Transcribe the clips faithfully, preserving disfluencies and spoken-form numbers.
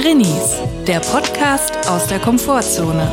Drinis, der Podcast aus der Komfortzone.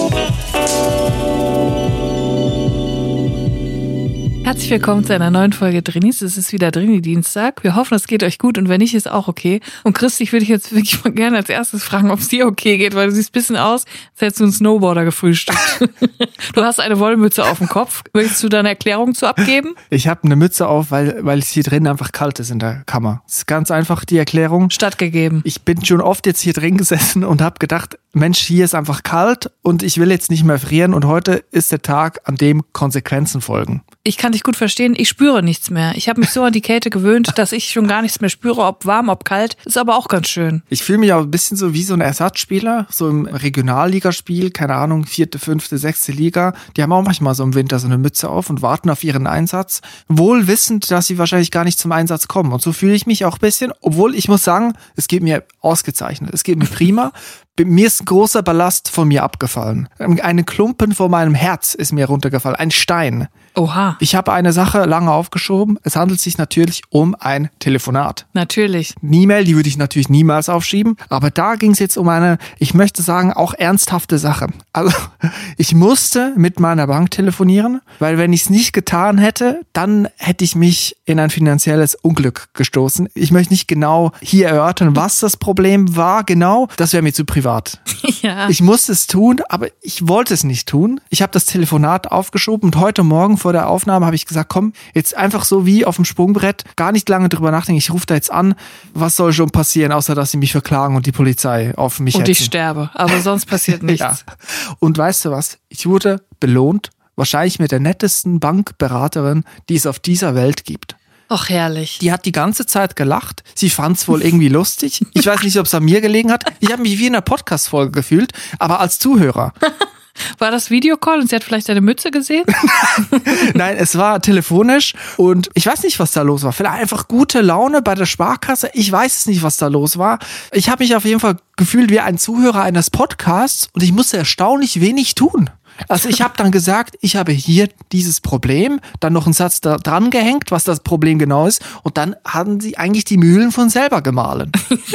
Herzlich willkommen zu einer neuen Folge Drinis. Es ist wieder Drini-Dienstag. Wir hoffen, es geht euch gut und wenn nicht, ist auch okay. Und Christi, ich würde dich jetzt wirklich mal gerne als erstes fragen, ob es dir okay geht, weil du siehst ein bisschen aus, als hättest du einen Snowboarder gefrühstückt. Du hast eine Wollmütze auf dem Kopf. Möchtest du da eine Erklärung zu abgeben? Ich habe eine Mütze auf, weil, weil es hier drin einfach kalt ist in der Kammer. Das ist ganz einfach die Erklärung. Stattgegeben. Ich bin schon oft jetzt hier drin gesessen und habe gedacht, Mensch, hier ist einfach kalt und ich will jetzt nicht mehr frieren und heute ist der Tag, an dem Konsequenzen folgen. Ich kann dich gut verstehen, ich spüre nichts mehr. Ich habe mich so an die Kälte gewöhnt, dass ich schon gar nichts mehr spüre, ob warm, ob kalt. Ist aber auch ganz schön. Ich fühle mich auch ein bisschen so wie so ein Ersatzspieler, so im Regionalligaspiel, keine Ahnung, vierte, fünfte, sechste Liga. Die haben auch manchmal so im Winter so eine Mütze auf und warten auf ihren Einsatz, wohl wissend, dass sie wahrscheinlich gar nicht zum Einsatz kommen. Und so fühle ich mich auch ein bisschen, obwohl ich muss sagen, es geht mir ausgezeichnet, es geht mir prima. Mir ist ein großer Ballast von mir abgefallen. Ein Klumpen vor meinem Herz ist mir runtergefallen. Ein Stein. Oha. Ich habe eine Sache lange aufgeschoben. Es handelt sich natürlich um ein Telefonat. Natürlich. Eine E-Mail, die würde ich natürlich niemals aufschieben. Aber da ging es jetzt um eine, ich möchte sagen, auch ernsthafte Sache. Also ich musste mit meiner Bank telefonieren, weil wenn ich es nicht getan hätte, dann hätte ich mich in ein finanzielles Unglück gestoßen. Ich möchte nicht genau hier erörtern, was das Problem war. Genau, das wäre mir zu privat. Ja. Ich musste es tun, aber ich wollte es nicht tun. Ich habe das Telefonat aufgeschoben und heute Morgen vor der Aufnahme habe ich gesagt, komm, jetzt einfach so wie auf dem Sprungbrett, gar nicht lange drüber nachdenken. Ich rufe da jetzt an, was soll schon passieren, außer dass sie mich verklagen und die Polizei auf mich Und hetzen. ich sterbe, aber sonst passiert nichts. Ja. Und weißt du was? Ich wurde belohnt, wahrscheinlich mit der nettesten Bankberaterin, die es auf dieser Welt gibt. Ach, herrlich. Die hat die ganze Zeit gelacht. Sie fand es wohl irgendwie lustig. Ich weiß nicht, ob es an mir gelegen hat. Ich habe mich wie in einer Podcast-Folge gefühlt, aber als Zuhörer. War das Videocall und sie hat vielleicht deine Mütze gesehen? Nein, es war telefonisch und ich weiß nicht, was da los war. Vielleicht einfach gute Laune bei der Sparkasse. Ich weiß es nicht, was da los war. Ich habe mich auf jeden Fall gefühlt wie ein Zuhörer eines Podcasts und ich musste erstaunlich wenig tun. Also ich habe dann gesagt, ich habe hier dieses Problem, dann noch einen Satz da dran gehängt, was das Problem genau ist und dann hatten sie eigentlich die Mühlen von selber gemahlen.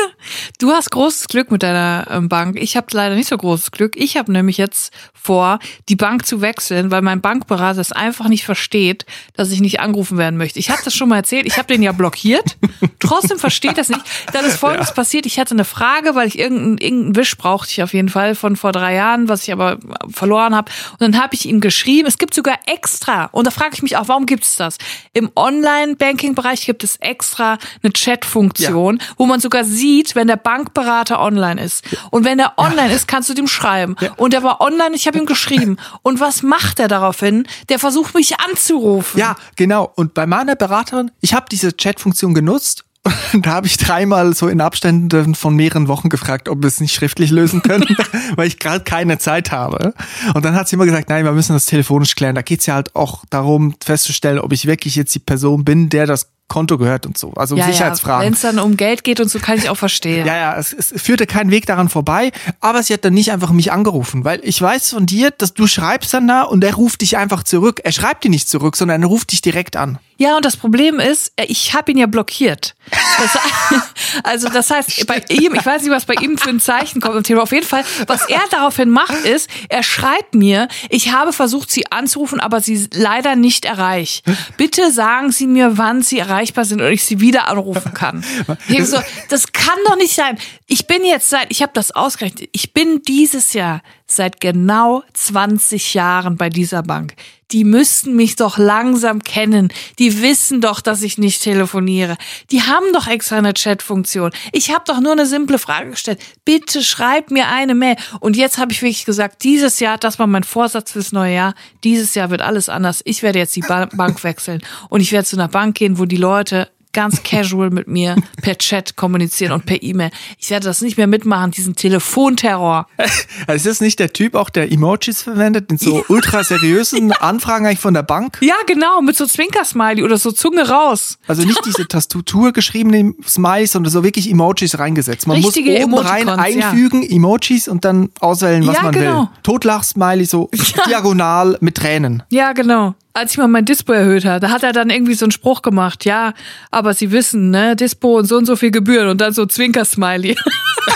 Du hast großes Glück mit deiner ähm, Bank. Ich habe leider nicht so großes Glück. Ich habe nämlich jetzt vor, die Bank zu wechseln, weil mein Bankberater es einfach nicht versteht, dass ich nicht angerufen werden möchte. Ich habe das schon mal erzählt, ich habe den ja blockiert, trotzdem versteht das nicht. Dann ist Folgendes ja. passiert, ich hatte eine Frage, weil ich irgendeinen irgendein Wisch brauchte ich auf jeden Fall von vor drei Jahren, was ich aber verloren habe. Und dann habe ich ihm geschrieben, es gibt sogar extra, und da frage ich mich auch, warum gibt es das? Im Online-Banking-Bereich gibt es extra eine Chat-Funktion, ja. wo man sogar sieht, wenn der Bankberater online ist. Und wenn der online ja. ist, kannst du dem schreiben. Ja. Und der war online, ich habe ihm geschrieben. Und was macht er daraufhin? Der versucht, mich anzurufen. Ja, genau. Und bei meiner Beraterin, ich habe diese Chat-Funktion genutzt. Und da habe ich dreimal so in Abständen von mehreren Wochen gefragt, ob wir es nicht schriftlich lösen können, weil ich gerade keine Zeit habe. Und dann hat sie immer gesagt, nein, wir müssen das telefonisch klären. Da geht es ja halt auch darum, festzustellen, ob ich wirklich jetzt die Person bin, der das Konto gehört und so. Also ja, Sicherheitsfragen. Ja, wenn es dann um Geld geht und so, kann ich auch verstehen. Ja, ja, es, es führte kein Weg daran vorbei, aber sie hat dann nicht einfach mich angerufen, weil ich weiß von dir, dass du schreibst dann da und er ruft dich einfach zurück. Er schreibt dir nicht zurück, sondern er ruft dich direkt an. Ja, und das Problem ist, ich habe ihn ja blockiert. Das, also das heißt, bei ihm, ich weiß nicht, was bei ihm für ein Zeichen kommt am Telefon. Auf jeden Fall, was er daraufhin macht, ist, er schreibt mir, ich habe versucht, Sie anzurufen, aber Sie leider nicht erreicht. Bitte sagen Sie mir, wann Sie erreichbar sind und ich Sie wieder anrufen kann. Ich so, das kann doch nicht sein. Ich bin jetzt seit, ich habe das ausgerechnet, ich bin dieses Jahr seit genau zwanzig Jahren bei dieser Bank. Die müssten mich doch langsam kennen. Die wissen doch, dass ich nicht telefoniere. Die haben doch extra eine Chat-Funktion. Ich habe doch nur eine simple Frage gestellt. Bitte schreib mir eine Mail. Und jetzt habe ich wirklich gesagt, dieses Jahr, das war mein Vorsatz fürs neue Jahr, dieses Jahr wird alles anders. Ich werde jetzt die ba- Bank wechseln. Und ich werde zu einer Bank gehen, wo die Leute ganz casual mit mir per Chat kommunizieren und per E-Mail. Ich werde das nicht mehr mitmachen, diesen Telefonterror. Also ist das nicht der Typ auch, der Emojis verwendet in so ja. ultra seriösen Anfragen eigentlich von der Bank? Ja, genau, mit so Zwinker-Smiley oder so Zunge raus. Also nicht diese Tastatur geschriebene Smileys, sondern so wirklich Emojis reingesetzt. Man Richtige muss oben rein einfügen, ja. Emojis und dann auswählen, was ja, man genau. will. Totlach-Smiley, so ja. diagonal mit Tränen. Ja, genau. Als ich mal mein Dispo erhöht habe, da hat er dann irgendwie so einen Spruch gemacht, ja, aber Sie wissen, ne, Dispo und so und so viel Gebühren und dann so Zwinker-Smiley.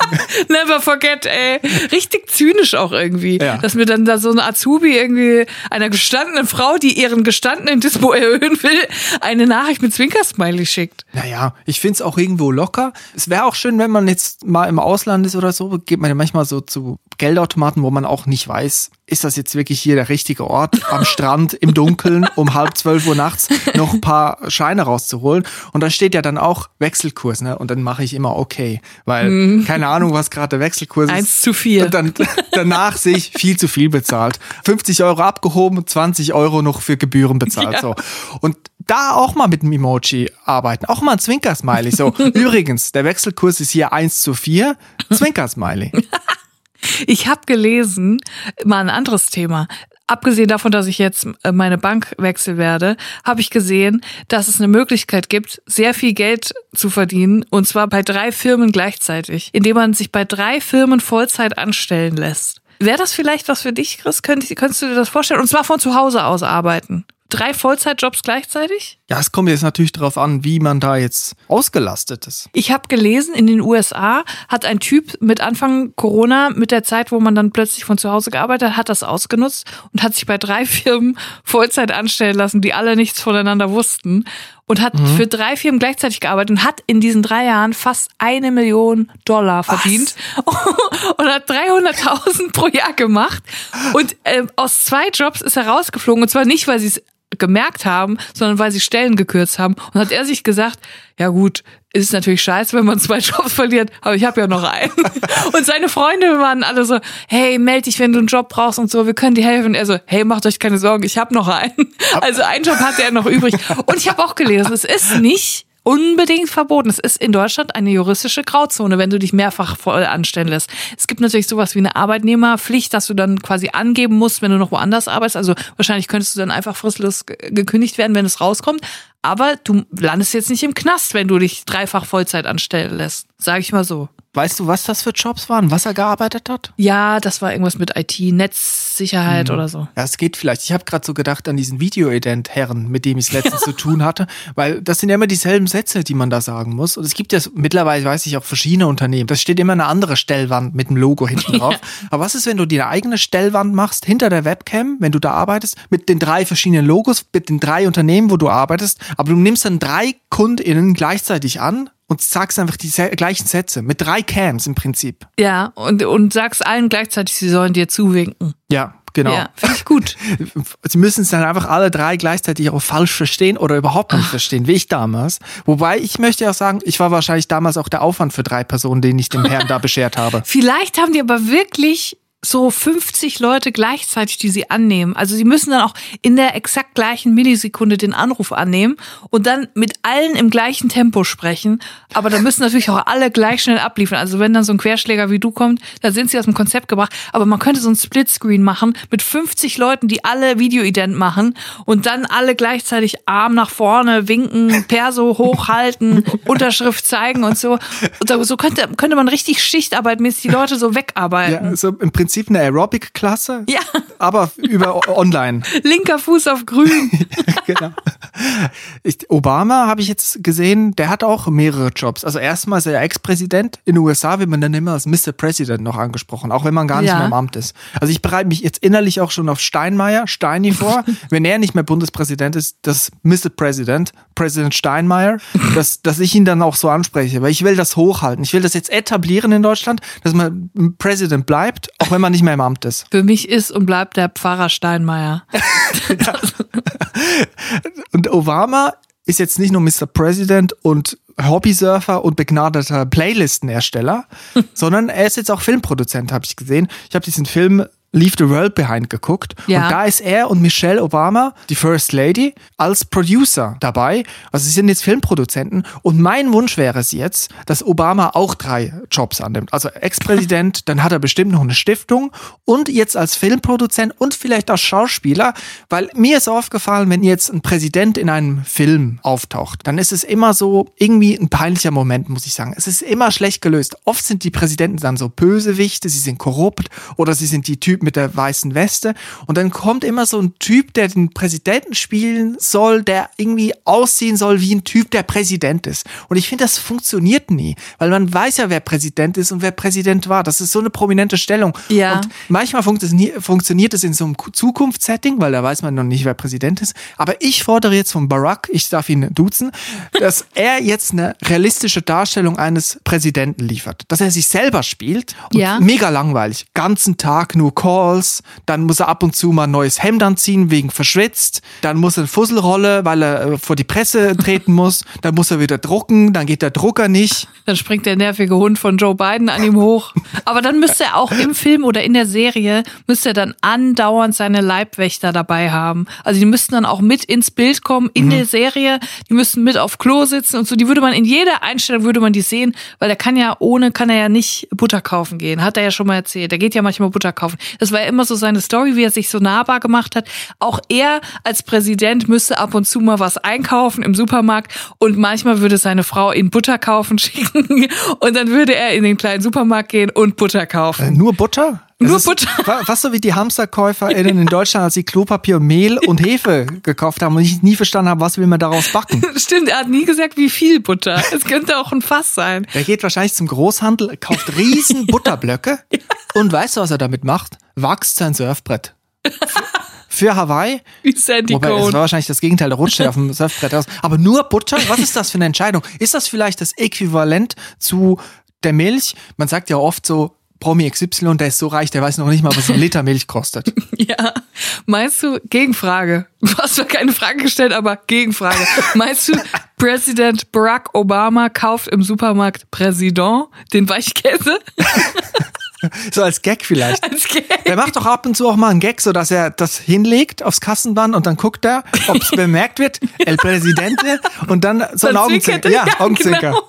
Never forget, ey. Richtig zynisch auch irgendwie. Ja. Dass mir dann da so eine Azubi irgendwie einer gestandenen Frau, die ihren gestandenen Dispo erhöhen will, eine Nachricht mit Zwinkersmiley schickt. Naja, ich find's auch irgendwo locker. Es wäre auch schön, wenn man jetzt mal im Ausland ist oder so, geht man ja manchmal so zu Geldautomaten, wo man auch nicht weiß, ist das jetzt wirklich hier der richtige Ort, am Strand, im Dunkeln, um halb zwölf Uhr nachts noch ein paar Scheine rauszuholen. Und da steht ja dann auch Wechselkurs, ne? Und dann mache ich immer okay, weil mm. keine Ahnung, was gerade der Wechselkurs ist. Eins zu vier. Und dann danach sehe ich viel zu viel bezahlt. fünfzig Euro abgehoben, zwanzig Euro noch für Gebühren bezahlt. Ja. So. Und da auch mal mit dem Emoji arbeiten, auch mal ein Zwinkersmiley. So, übrigens, der Wechselkurs ist hier eins zu vier, Zwinkersmiley. Ich habe gelesen, mal ein anderes Thema. Abgesehen davon, dass ich jetzt meine Bank wechseln werde, habe ich gesehen, dass es eine Möglichkeit gibt, sehr viel Geld zu verdienen, und zwar bei drei Firmen gleichzeitig, indem man sich bei drei Firmen Vollzeit anstellen lässt. Wäre das vielleicht was für dich, Chris? Könntest, könntest du dir das vorstellen? Und zwar von zu Hause aus arbeiten. Drei Vollzeitjobs gleichzeitig? Ja, es kommt jetzt natürlich darauf an, wie man da jetzt ausgelastet ist. Ich habe gelesen, in den U S A hat ein Typ mit Anfang Corona, mit der Zeit, wo man dann plötzlich von zu Hause gearbeitet hat, hat das ausgenutzt und hat sich bei drei Firmen Vollzeit anstellen lassen, die alle nichts voneinander wussten. Und hat mhm. für drei Firmen gleichzeitig gearbeitet und hat in diesen drei Jahren fast eine Million Dollar verdient. Was? Und hat dreihunderttausend pro Jahr gemacht. Und äh, aus zwei Jobs ist er rausgeflogen. Und zwar nicht, weil sie es gemerkt haben, sondern weil sie Stellen gekürzt haben. Und hat er sich gesagt, ja gut, ist natürlich scheiße, wenn man zwei Jobs verliert, aber ich habe ja noch einen. Und seine Freunde waren alle so, hey, meld dich, wenn du einen Job brauchst und so, wir können dir helfen. Und er so, hey, macht euch keine Sorgen, ich habe noch einen. Also einen Job hatte er noch übrig. Und ich habe auch gelesen, es ist nicht unbedingt verboten. Es ist in Deutschland eine juristische Grauzone, wenn du dich mehrfach voll anstellen lässt. Es gibt natürlich sowas wie eine Arbeitnehmerpflicht, dass du dann quasi angeben musst, wenn du noch woanders arbeitest. Also wahrscheinlich könntest du dann einfach fristlos gekündigt werden, wenn es rauskommt. Aber du landest jetzt nicht im Knast, wenn du dich dreifach Vollzeit anstellen lässt. Sag ich mal so. Weißt du, was das für Jobs waren, was er gearbeitet hat? Ja, das war irgendwas mit I T, Netzsicherheit hm. oder so. Ja, es geht vielleicht. Ich habe gerade so gedacht an diesen Video-Ident-Herren, mit dem ich es letztens zu tun hatte, weil das sind ja immer dieselben Sätze, die man da sagen muss. Und es gibt ja mittlerweile, weiß ich, auch verschiedene Unternehmen. Das steht immer eine andere Stellwand mit dem Logo hinten drauf. Ja. Aber was ist, wenn du dir eine eigene Stellwand machst, hinter der Webcam, wenn du da arbeitest, mit den drei verschiedenen Logos, mit den drei Unternehmen, wo du arbeitest, aber du nimmst dann drei KundInnen gleichzeitig an und sagst einfach die gleichen Sätze mit drei Cams im Prinzip. Ja, und, und sagst allen gleichzeitig, sie sollen dir zuwinken. Ja, genau. Ja, finde ich gut. Sie müssen es dann einfach alle drei gleichzeitig auch falsch verstehen oder überhaupt nicht verstehen, wie ich damals. Wobei, ich möchte auch sagen, ich war wahrscheinlich damals auch der Aufwand für drei Personen, den ich dem Herrn da beschert habe. Vielleicht haben die aber wirklich so fünfzig Leute gleichzeitig, die sie annehmen. Also sie müssen dann auch in der exakt gleichen Millisekunde den Anruf annehmen und dann mit allen im gleichen Tempo sprechen. Aber da müssen natürlich auch alle gleich schnell abliefern. Also wenn dann so ein Querschläger wie du kommt, dann sind sie aus dem Konzept gebracht. Aber man könnte so ein Splitscreen machen mit fünfzig Leuten, die alle Videoident machen und dann alle gleichzeitig Arm nach vorne winken, Perso hochhalten, Unterschrift zeigen und so. Und so könnte, könnte man richtig schichtarbeitmäßig die Leute so wegarbeiten. Ja, so im Prinzip eine Aerobic-Klasse, ja, aber über online. Linker Fuß auf grün. Genau. Ich, Obama habe ich jetzt gesehen, der hat auch mehrere Jobs. Also erstmal ist er ja Ex-Präsident. In den U S A wird man dann immer als Mister President noch angesprochen, auch wenn man gar nicht ja. mehr im Amt ist. Also ich bereite mich jetzt innerlich auch schon auf Steinmeier, Steini vor. Wenn er nicht mehr Bundespräsident ist, das Mister President, Präsident Steinmeier, dass, dass ich ihn dann auch so anspreche, weil ich will das hochhalten. Ich will das jetzt etablieren in Deutschland, dass man Präsident bleibt, auch wenn man nicht mehr im Amt ist. Für mich ist und bleibt der Pfarrer Steinmeier. Ja. Und Obama ist jetzt nicht nur Mister President und Hobbysurfer und begnadeter Playlistenersteller, sondern er ist jetzt auch Filmproduzent, habe ich gesehen. Ich habe diesen Film Leave the World Behind geguckt. Ja. Und da ist er und Michelle Obama, die First Lady, als Producer dabei. Also sie sind jetzt Filmproduzenten. Und mein Wunsch wäre es jetzt, dass Obama auch drei Jobs annimmt. Also Ex-Präsident, dann hat er bestimmt noch eine Stiftung und jetzt als Filmproduzent und vielleicht als Schauspieler, weil mir ist aufgefallen, wenn jetzt ein Präsident in einem Film auftaucht, dann ist es immer so irgendwie ein peinlicher Moment, muss ich sagen. Es ist immer schlecht gelöst. Oft sind die Präsidenten dann so Bösewichte, sie sind korrupt oder sie sind die Typen, Typ mit der weißen Weste. Und dann kommt immer so ein Typ, der den Präsidenten spielen soll, der irgendwie aussehen soll wie ein Typ, der Präsident ist. Und ich finde, das funktioniert nie, weil man weiß ja, wer Präsident ist und wer Präsident war. Das ist so eine prominente Stellung. Ja. Und manchmal funktioniert, funktioniert es in so einem Zukunftssetting, weil da weiß man noch nicht, wer Präsident ist. Aber ich fordere jetzt von Barack, ich darf ihn duzen, dass er jetzt eine realistische Darstellung eines Präsidenten liefert. Dass er sich selber spielt. Und ja. Mega langweilig. Ganzen Tag nur Calls. Dann muss er ab und zu mal ein neues Hemd anziehen, wegen verschwitzt. Dann muss er eine Fusselrolle, weil er äh, vor die Presse treten muss. Dann muss er wieder drucken. Dann geht der Drucker nicht. Dann springt der nervige Hund von Joe Biden an ihm hoch. Aber dann müsste er auch im Film oder in der Serie, müsste er dann andauernd seine Leibwächter dabei haben. Also die müssten dann auch mit ins Bild kommen in mhm. der Serie. Die müssten mit auf Klo sitzen und so. Die würde man in jeder Einstellung würde man die sehen, weil er kann ja ohne, kann er ja nicht Butter kaufen gehen. Hat er ja schon mal erzählt. Er geht ja manchmal Butter kaufen. Das war ja immer so seine Story, wie er sich so nahbar gemacht hat. Auch er als Präsident müsste ab und zu mal was einkaufen im Supermarkt und manchmal würde seine Frau ihn Butter kaufen schicken und dann würde er in den kleinen Supermarkt gehen und Butter kaufen. Äh, nur Butter? Nur ist Butter. Fast so wie die HamsterkäuferInnen in Deutschland, als sie Klopapier, Mehl und Hefe gekauft haben und ich nie verstanden habe, was will man daraus backen. Stimmt, er hat nie gesagt, wie viel Butter. Es könnte auch ein Fass sein. Er geht wahrscheinlich zum Großhandel, kauft riesen Butterblöcke ja. und weißt du, was er damit macht? Wachst sein Surfbrett. Für Hawaii. Wie Sandy Wobei, Cone. das war wahrscheinlich das Gegenteil, der rutscht ja auf dem Surfbrett aus. Aber nur Butter? Was ist das für eine Entscheidung? Ist das vielleicht das Äquivalent zu der Milch? Man sagt ja oft so, Promi X Y, der ist so reich, der weiß noch nicht mal, was ein Liter Milch kostet. Ja, meinst du, Gegenfrage, du hast zwar keine Frage gestellt, aber Gegenfrage, meinst du, Präsident Barack Obama kauft im Supermarkt Präsident den Weichkäse? So als Gag vielleicht. Als Gag. Der macht doch ab und zu auch mal einen Gag, so dass er das hinlegt aufs Kassenband und dann guckt er, ob es bemerkt wird, El Presidente, und dann so ein Augenzwinker. Ja, ja, Augenzwinker. Genau.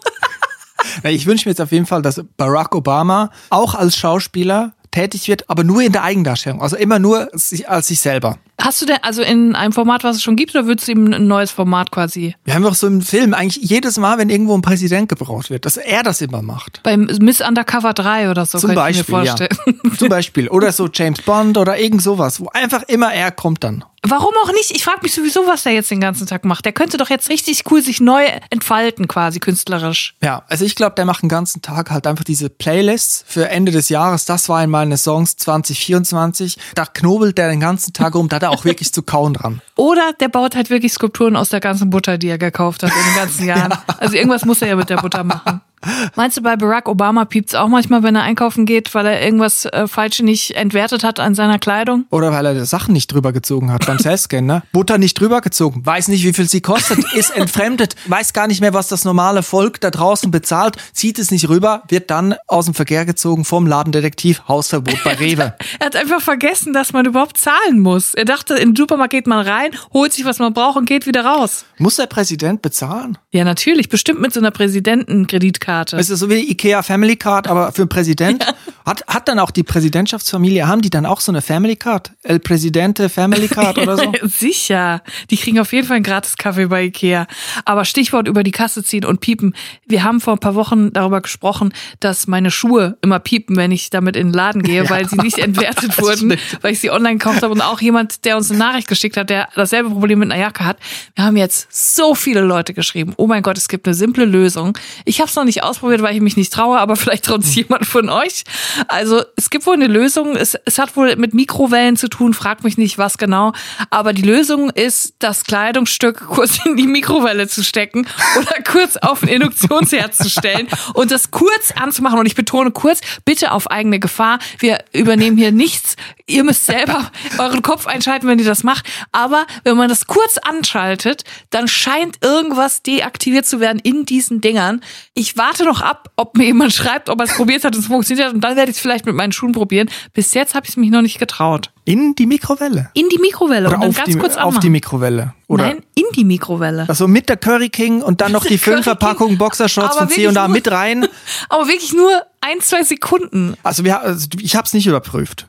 Ich wünsche mir jetzt auf jeden Fall, dass Barack Obama auch als Schauspieler tätig wird, aber nur in der Eigendarstellung. Also immer nur als sich selber. Hast du denn also in einem Format, was es schon gibt, oder würdest du ihm ein neues Format quasi? Wir haben doch so im Film eigentlich jedes Mal, wenn irgendwo ein Präsident gebraucht wird, dass er das immer macht. Beim Miss Undercover drei oder so, Zum könnte Beispiel, ich mir vorstellen. Ja. Zum Beispiel. Oder so James Bond oder irgend sowas, wo einfach immer er kommt dann. Warum auch nicht? Ich frage mich sowieso, was der jetzt den ganzen Tag macht. Der könnte doch jetzt richtig cool sich neu entfalten, quasi künstlerisch. Ja, also ich glaube, der macht den ganzen Tag halt einfach diese Playlists für Ende des Jahres. Das waren meine Songs zwanzig vierundzwanzig. Da knobelt der den ganzen Tag rum, da hat er auch wirklich zu kauen dran. Oder der baut halt wirklich Skulpturen aus der ganzen Butter, die er gekauft hat in den ganzen Jahren. Ja. Also irgendwas muss er ja mit der Butter machen. Meinst du, bei Barack Obama piept's auch manchmal, wenn er einkaufen geht, weil er irgendwas äh, falsch nicht entwertet hat an seiner Kleidung? Oder weil er die Sachen nicht drüber gezogen hat beim Selfscan, ne? Butter nicht drüber gezogen, weiß nicht, wie viel sie kostet, ist entfremdet, weiß gar nicht mehr, was das normale Volk da draußen bezahlt, zieht es nicht rüber, wird dann aus dem Verkehr gezogen vom Ladendetektiv, Hausverbot bei Rewe. Er hat einfach vergessen, dass man überhaupt zahlen muss. Er dachte, in den Supermarkt geht man rein, holt sich, was man braucht und geht wieder raus. Muss der Präsident bezahlen? Ja, natürlich, bestimmt mit so einer Präsidentenkreditkarte. Es ist so wie die Ikea Family Card, aber für einen Präsident. Ja. Hat, hat dann auch die Präsidentschaftsfamilie, haben die dann auch so eine Family Card? El Presidente Family Card oder so? Sicher. Die kriegen auf jeden Fall einen Gratis-Kaffee bei Ikea. Aber Stichwort über die Kasse ziehen und piepen. Wir haben vor ein paar Wochen darüber gesprochen, dass meine Schuhe immer piepen, wenn ich damit in den Laden gehe, ja. weil sie nicht entwertet wurden, weil ich sie online gekauft habe. Und auch jemand, der uns eine Nachricht geschickt hat, der dasselbe Problem mit einer Jacke hat. Wir haben jetzt so viele Leute geschrieben. Oh mein Gott, es gibt eine simple Lösung. Ich habe es noch nicht ausprobiert, weil ich mich nicht traue, aber vielleicht traut sich jemand von euch. Also es gibt wohl eine Lösung. Es, es hat wohl mit Mikrowellen zu tun, fragt mich nicht, was genau. Aber die Lösung ist, das Kleidungsstück kurz in die Mikrowelle zu stecken oder kurz auf den Induktionsherd zu stellen und das kurz anzumachen. Und ich betone kurz, bitte auf eigene Gefahr. Wir übernehmen hier nichts. Ihr müsst selber euren Kopf einschalten, wenn ihr das macht. Aber wenn man das kurz anschaltet, dann scheint irgendwas deaktiviert zu werden in diesen Dingern. Ich warte noch ab, ob mir jemand schreibt, ob er es probiert hat und es funktioniert hat. Und dann werde ich es vielleicht mit meinen Schuhen probieren. Bis jetzt habe ich es mich noch nicht getraut. In die Mikrowelle? In die Mikrowelle. Oder und dann auf, ganz die, kurz auf die Mikrowelle? Oder? Nein, in die Mikrowelle. Also mit der Curry King und dann noch die Fünferpackung Boxershorts von C und A mit rein. Aber wirklich nur ein, zwei Sekunden. Also, wir, also ich habe es nicht überprüft.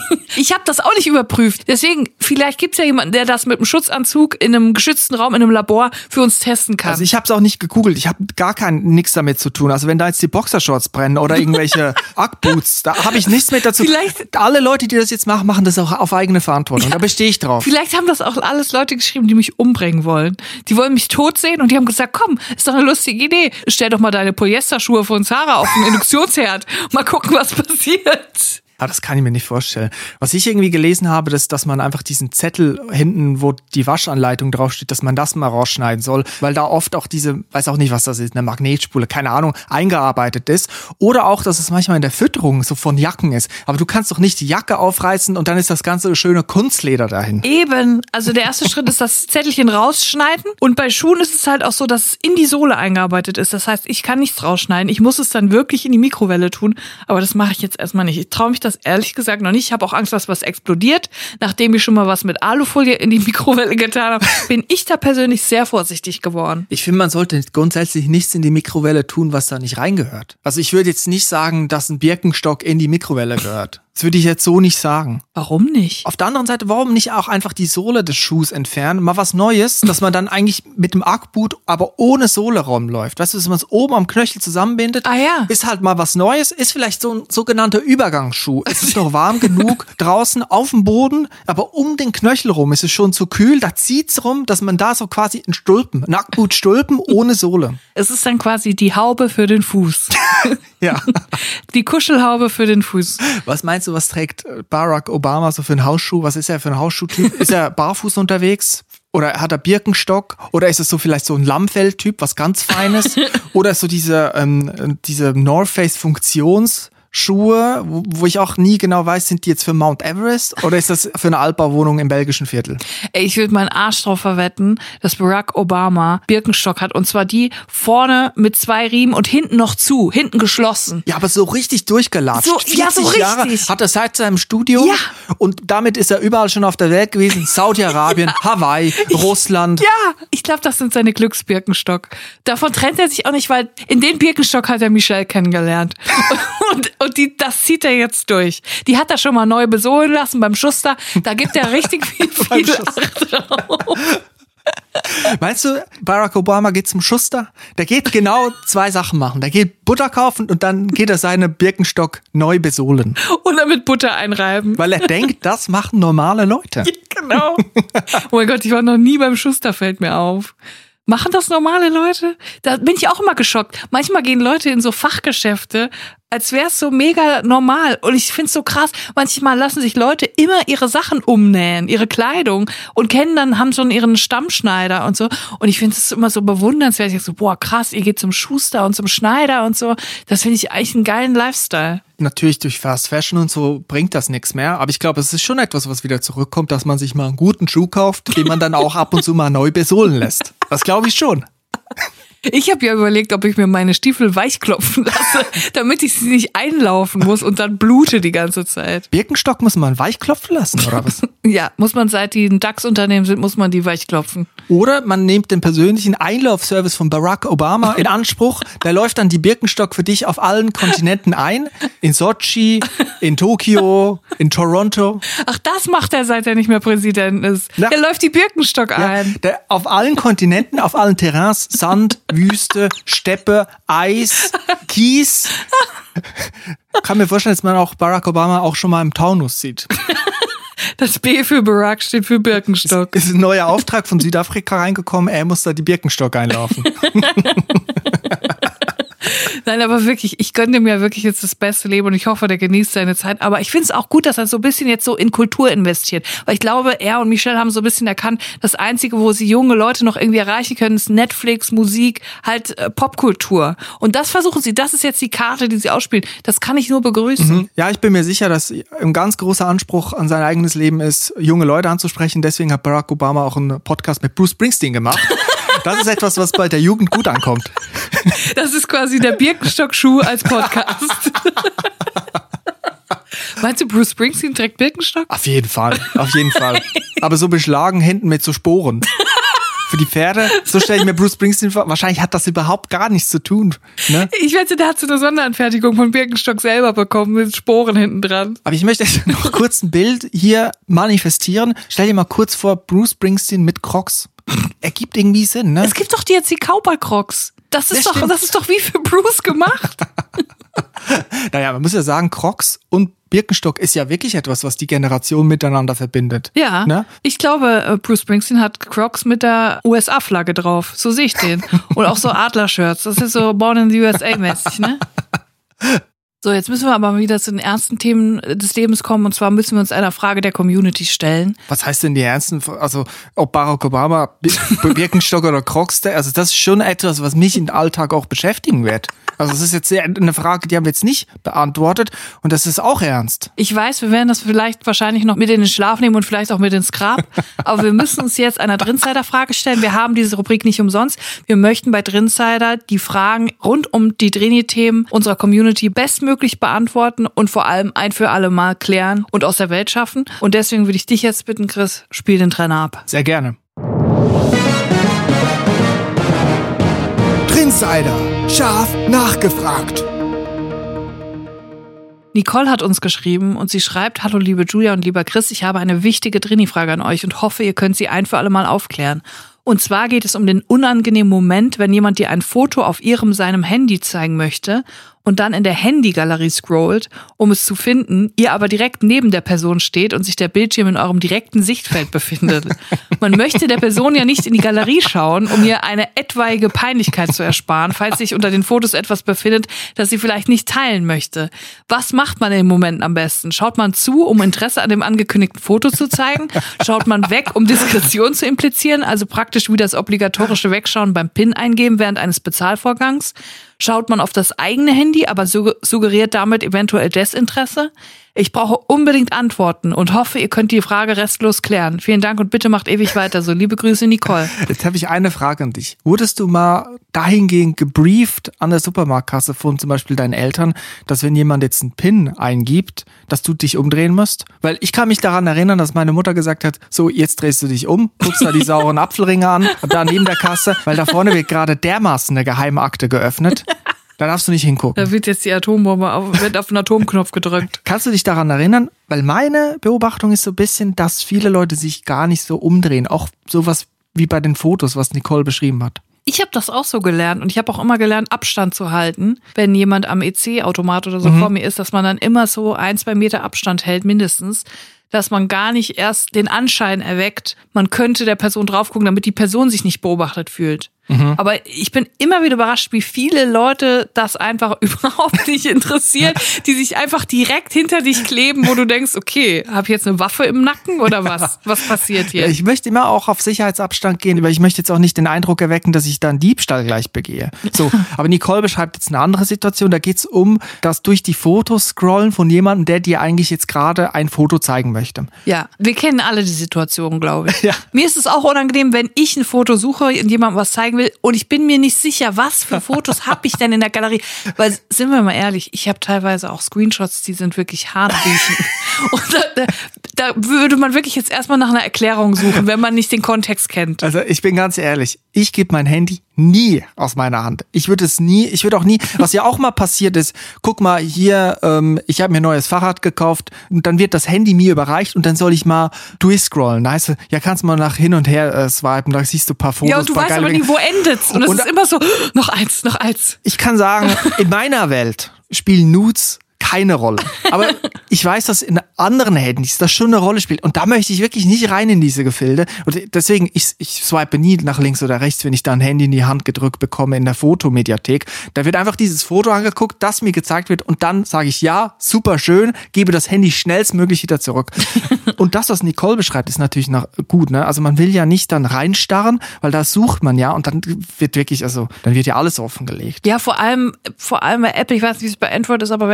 Ich habe das auch nicht überprüft. Deswegen, vielleicht gibt's ja jemanden, der das mit einem Schutzanzug in einem geschützten Raum, in einem Labor für uns testen kann. Also ich habe es auch nicht gegoogelt. Ich habe gar kein nichts damit zu tun. Also wenn da jetzt die Boxershorts brennen oder irgendwelche Ugg-Boots, da habe ich nichts mit dazu. Vielleicht, alle Leute, die das jetzt machen, machen das auch auf eigene Verantwortung. Ja, da bestehe ich drauf. Vielleicht haben das auch alles Leute geschrieben, die mich umbringen wollen. Die wollen mich tot sehen und die haben gesagt, komm, ist doch eine lustige Idee. Stell doch mal deine Polyesterschuhe von Zara auf den Induktionsherd. Mal gucken, was passiert. Ah, das kann ich mir nicht vorstellen. Was ich irgendwie gelesen habe, ist, dass man einfach diesen Zettel hinten, wo die Waschanleitung draufsteht, dass man das mal rausschneiden soll, weil da oft auch diese, weiß auch nicht, was das ist, eine Magnetspule, keine Ahnung, eingearbeitet ist. Oder auch, dass es manchmal in der Fütterung so von Jacken ist. Aber du kannst doch nicht die Jacke aufreißen und dann ist das ganze schöne Kunstleder dahin. Eben. Also der erste Schritt ist das Zettelchen rausschneiden. Und bei Schuhen ist es halt auch so, dass es in die Sohle eingearbeitet ist. Das heißt, ich kann nichts rausschneiden. Ich muss es dann wirklich in die Mikrowelle tun. Aber das mache ich jetzt erstmal nicht. Ich traue mich das ehrlich gesagt noch nicht. Ich habe auch Angst, dass was explodiert. Nachdem ich schon mal was mit Alufolie in die Mikrowelle getan habe, bin ich da persönlich sehr vorsichtig geworden. Ich finde, man sollte grundsätzlich nichts in die Mikrowelle tun, was da nicht reingehört. Also ich würde jetzt nicht sagen, dass ein Birkenstock in die Mikrowelle gehört. Das würde ich jetzt so nicht sagen. Warum nicht? Auf der anderen Seite, warum nicht auch einfach die Sohle des Schuhs entfernen? Mal was Neues, dass man dann eigentlich mit dem Ugg-Boot aber ohne Sohle rumläuft. Weißt du, dass man es oben am Knöchel zusammenbindet? Ah ja. Ist halt mal was Neues. Ist vielleicht so ein sogenannter Übergangsschuh. Es ist noch warm genug draußen auf dem Boden, aber um den Knöchel rum ist es schon zu kühl. Da zieht's rum, dass man da so quasi einen Stulpen, ein Ugg-Boot-Stulpen ohne Sohle. Es ist dann quasi die Haube für den Fuß. Ja. Die Kuschelhaube für den Fuß. Was meinst du, was trägt Barack Obama so für einen Hausschuh? Was ist er für ein Hausschuhtyp? Ist er barfuß unterwegs? Oder hat er Birkenstock? Oder ist es so vielleicht so ein Lammfell-Typ, was ganz Feines? Oder ist so diese, ähm, diese North Face Funktions- Schuhe, wo, wo ich auch nie genau weiß, sind die jetzt für Mount Everest oder ist das für eine Altbauwohnung im belgischen Viertel? Ey, ich würde meinen Arsch drauf verwetten, dass Barack Obama Birkenstock hat und zwar die vorne mit zwei Riemen und hinten noch zu, hinten geschlossen. Ja, aber so richtig durchgelatscht. So, ja, so richtig. Jahre hat er seit seinem Studium Ja. und damit ist er überall schon auf der Welt gewesen. Saudi-Arabien, Hawaii, Russland. Ja, ich glaube, das sind seine Glücksbirkenstock. Davon trennt er sich auch nicht, weil in den Birkenstock hat er Michelle kennengelernt. Und, und die, das zieht er jetzt durch. Die hat er schon mal neu besohlen lassen beim Schuster. Da gibt er richtig viel, viel Acht drauf. Meinst du, Barack Obama geht zum Schuster? Der geht genau zwei Sachen machen. Der geht Butter kaufen und dann geht er seine Birkenstock neu besohlen. Oder mit Butter einreiben. Weil er denkt, das machen normale Leute. Ja, genau. Oh mein Gott, ich war noch nie beim Schuster, fällt mir auf. Machen das normale Leute? Da bin ich auch immer geschockt. Manchmal gehen Leute in so Fachgeschäfte, als wäre es so mega normal. Und ich find's so krass. Manchmal lassen sich Leute immer ihre Sachen umnähen, ihre Kleidung und kennen dann, haben schon ihren Stammschneider und so. Und ich finde es immer so bewundernswert. Ich sag so, boah, krass, ihr geht zum Schuster und zum Schneider und so. Das finde ich eigentlich einen geilen Lifestyle. Natürlich durch Fast Fashion und so bringt das nichts mehr. Aber ich glaube, es ist schon etwas, was wieder zurückkommt, dass man sich mal einen guten Schuh kauft, den man dann auch ab und zu mal neu besohlen lässt. Das glaube ich schon. Ich habe ja überlegt, ob ich mir meine Stiefel weichklopfen lasse, damit ich sie nicht einlaufen muss und dann blute die ganze Zeit. Birkenstock muss man weichklopfen lassen, oder was? Ja, muss man, seit die ein DAX-Unternehmen sind, muss man die weichklopfen. Oder man nimmt den persönlichen Einlaufservice von Barack Obama in Anspruch. Der läuft dann die Birkenstock für dich auf allen Kontinenten ein. In Sochi, in Tokio, in Toronto. Ach, das macht er, seit er nicht mehr Präsident ist. Ja. Der läuft die Birkenstock ein. Ja, der, auf allen Kontinenten, auf allen Terrains, Sand, Wüste, Steppe, Eis, Kies. Kann mir vorstellen, dass man auch Barack Obama auch schon mal im Taunus sieht. Das B für Barack steht für Birkenstock. Es ist ein neuer Auftrag von Südafrika reingekommen, er muss da die Birkenstock einlaufen. Nein, aber wirklich, ich gönne dem ja wirklich jetzt das beste Leben und ich hoffe, der genießt seine Zeit. Aber ich finde es auch gut, dass er so ein bisschen jetzt so in Kultur investiert. Weil ich glaube, er und Michelle haben so ein bisschen erkannt, das Einzige, wo sie junge Leute noch irgendwie erreichen können, ist Netflix, Musik, halt äh, Popkultur. Und das versuchen sie, das ist jetzt die Karte, die sie ausspielen. Das kann ich nur begrüßen. Mhm. Ja, ich bin mir sicher, dass ein ganz großer Anspruch an sein eigenes Leben ist, junge Leute anzusprechen. Deswegen hat Barack Obama auch einen Podcast mit Bruce Springsteen gemacht. Das ist etwas, was bei der Jugend gut ankommt. Das ist quasi der Birkenstock-Schuh als Podcast. Meinst du, Bruce Springsteen trägt Birkenstock? Auf jeden Fall, auf jeden Fall. Aber so beschlagen hinten mit so Sporen. für die Pferde. So stelle ich mir Bruce Springsteen vor. Wahrscheinlich hat das überhaupt gar nichts zu tun. Ne? Ich wette, der hat so eine Sonderanfertigung von Birkenstock selber bekommen mit Sporen hinten dran. Aber ich möchte jetzt noch kurz ein Bild hier manifestieren. Stell dir mal kurz vor, Bruce Springsteen mit Crocs. Ergibt irgendwie Sinn, ne? Es gibt doch die jetzt die Cowboy-Crocs. Das ist Das doch, stimmt. das ist doch wie für Bruce gemacht. Naja, man muss ja sagen, Crocs und Birkenstock ist ja wirklich etwas, was die Generation miteinander verbindet. Ja, Ne? ich glaube, äh, Bruce Springsteen hat Crocs mit der U S A-Flagge drauf. So sehe ich den. Und auch so Adler-Shirts. Das ist so Born in the U S A-mäßig, ne? So, jetzt müssen wir aber wieder zu den ernsten Themen des Lebens kommen. Und zwar müssen wir uns einer Frage der Community stellen. Was heißt denn die ernsten, also ob Barack Obama, Bir- Birkenstock oder Crocs, also das ist schon etwas, was mich im Alltag auch beschäftigen wird. Also das ist jetzt sehr- eine Frage, die haben wir jetzt nicht beantwortet und das ist auch ernst. Ich weiß, wir werden das vielleicht wahrscheinlich noch mit in den Schlaf nehmen und vielleicht auch mit ins Grab. Aber wir müssen uns jetzt einer Drinsider-Frage stellen. Wir haben diese Rubrik nicht umsonst. Wir möchten bei Drinsider die Fragen rund um die Drini-Themen unserer Community bestmöglich beantworten und vor allem ein für alle Mal klären und aus der Welt schaffen. Und deswegen würde ich dich jetzt bitten, Chris, spiel den Trainer ab. Sehr gerne. Drinsider, scharf nachgefragt. Nicole hat uns geschrieben und sie schreibt: Hallo liebe Julia und lieber Chris, ich habe eine wichtige Drini-Frage an euch und hoffe, ihr könnt sie ein für alle Mal aufklären. Und zwar geht es um den unangenehmen Moment, wenn jemand dir ein Foto auf ihrem, seinem Handy zeigen möchte und dann in der Handy-Galerie scrollt, um es zu finden, ihr aber direkt neben der Person steht und sich der Bildschirm in eurem direkten Sichtfeld befindet. Man möchte der Person ja nicht in die Galerie schauen, um ihr eine etwaige Peinlichkeit zu ersparen, falls sich unter den Fotos etwas befindet, das sie vielleicht nicht teilen möchte. Was macht man in den Momenten am besten? Schaut man zu, um Interesse an dem angekündigten Foto zu zeigen? Schaut man weg, um Diskretion zu implizieren, also praktisch wie das obligatorische Wegschauen beim PIN eingeben während eines Bezahlvorgangs? Schaut man auf das eigene Handy, aber suggeriert damit eventuell Desinteresse? Ich brauche unbedingt Antworten und hoffe, ihr könnt die Frage restlos klären. Vielen Dank und bitte macht ewig weiter so. Liebe Grüße, Nicole. Jetzt habe ich eine Frage an dich. Wurdest du mal dahingehend gebrieft an der Supermarktkasse von zum Beispiel deinen Eltern, dass wenn jemand jetzt einen PIN eingibt, dass du dich umdrehen musst? Weil ich kann mich daran erinnern, dass meine Mutter gesagt hat, so jetzt drehst du dich um, guckst da die sauren Apfelringe an, da neben der Kasse, weil da vorne wird gerade dermaßen eine Geheimakte geöffnet. Da darfst du nicht hingucken. Da wird jetzt die Atombombe auf, wird auf den Atomknopf gedrückt. Kannst du dich daran erinnern? Weil meine Beobachtung ist so ein bisschen, dass viele Leute sich gar nicht so umdrehen. Auch sowas wie bei den Fotos, was Nicole beschrieben hat. Ich habe das auch so gelernt und ich habe auch immer gelernt, Abstand zu halten, wenn jemand am E C-Automat oder so Mhm. vor mir ist, dass man dann immer so ein, zwei Meter Abstand hält, mindestens, dass man gar nicht erst den Anschein erweckt, man könnte der Person drauf gucken, damit die Person sich nicht beobachtet fühlt. Mhm. Aber ich bin immer wieder überrascht, wie viele Leute das einfach überhaupt nicht interessiert, die sich einfach direkt hinter dich kleben, wo du denkst, okay, habe ich jetzt eine Waffe im Nacken oder was? Was passiert hier? Ja, ich möchte immer auch auf Sicherheitsabstand gehen, weil ich möchte jetzt auch nicht den Eindruck erwecken, dass ich da einen Diebstahl gleich begehe. So, aber Nicole beschreibt jetzt eine andere Situation. Da geht's um das durch die Fotos scrollen von jemandem, der dir eigentlich jetzt gerade ein Foto zeigen möchte. Ja, wir kennen alle die Situation, glaube ich. Ja. Mir ist es auch unangenehm, wenn ich ein Foto suche und jemandem was zeigen will und ich bin mir nicht sicher, was für Fotos habe ich denn in der Galerie. Weil, sind wir mal ehrlich, ich habe teilweise auch Screenshots, die sind wirklich hanebüchen. Und da, da würde man wirklich jetzt erstmal nach einer Erklärung suchen, wenn man nicht den Kontext kennt. Also ich bin ganz ehrlich, ich gebe mein Handy nie aus meiner Hand. Ich würde es nie, ich würde auch nie, was ja auch mal passiert ist, guck mal hier, ähm, ich habe mir ein neues Fahrrad gekauft und dann wird das Handy mir überreicht und dann soll ich mal durchscrollen. Da heißt es, ja, kannst du mal nach hin und her äh, swipen, da siehst du ein paar Fotos. Ja, und du paar weißt geile aber Dinge. nie, wo endet's. Und es Und- ist immer so, noch eins, noch eins. Ich kann sagen, in meiner Welt spielen Nudes keine Rolle. Aber ich weiß, dass in anderen Handys das schon eine Rolle spielt. Und da möchte ich wirklich nicht rein in diese Gefilde. Und deswegen, ich, ich swipe nie nach links oder rechts, wenn ich da ein Handy in die Hand gedrückt bekomme in der Fotomediathek. Da wird einfach dieses Foto angeguckt, das mir gezeigt wird. Und dann sage ich, ja, super schön, gebe das Handy schnellstmöglich wieder zurück. Und das, was Nicole beschreibt, ist natürlich noch gut, ne? Also man will ja nicht dann reinstarren, weil da sucht man ja und dann wird wirklich, also, dann wird ja alles offengelegt. Ja, vor allem, vor allem bei Apple, ich weiß nicht, wie es bei Android ist, aber bei Apple sieht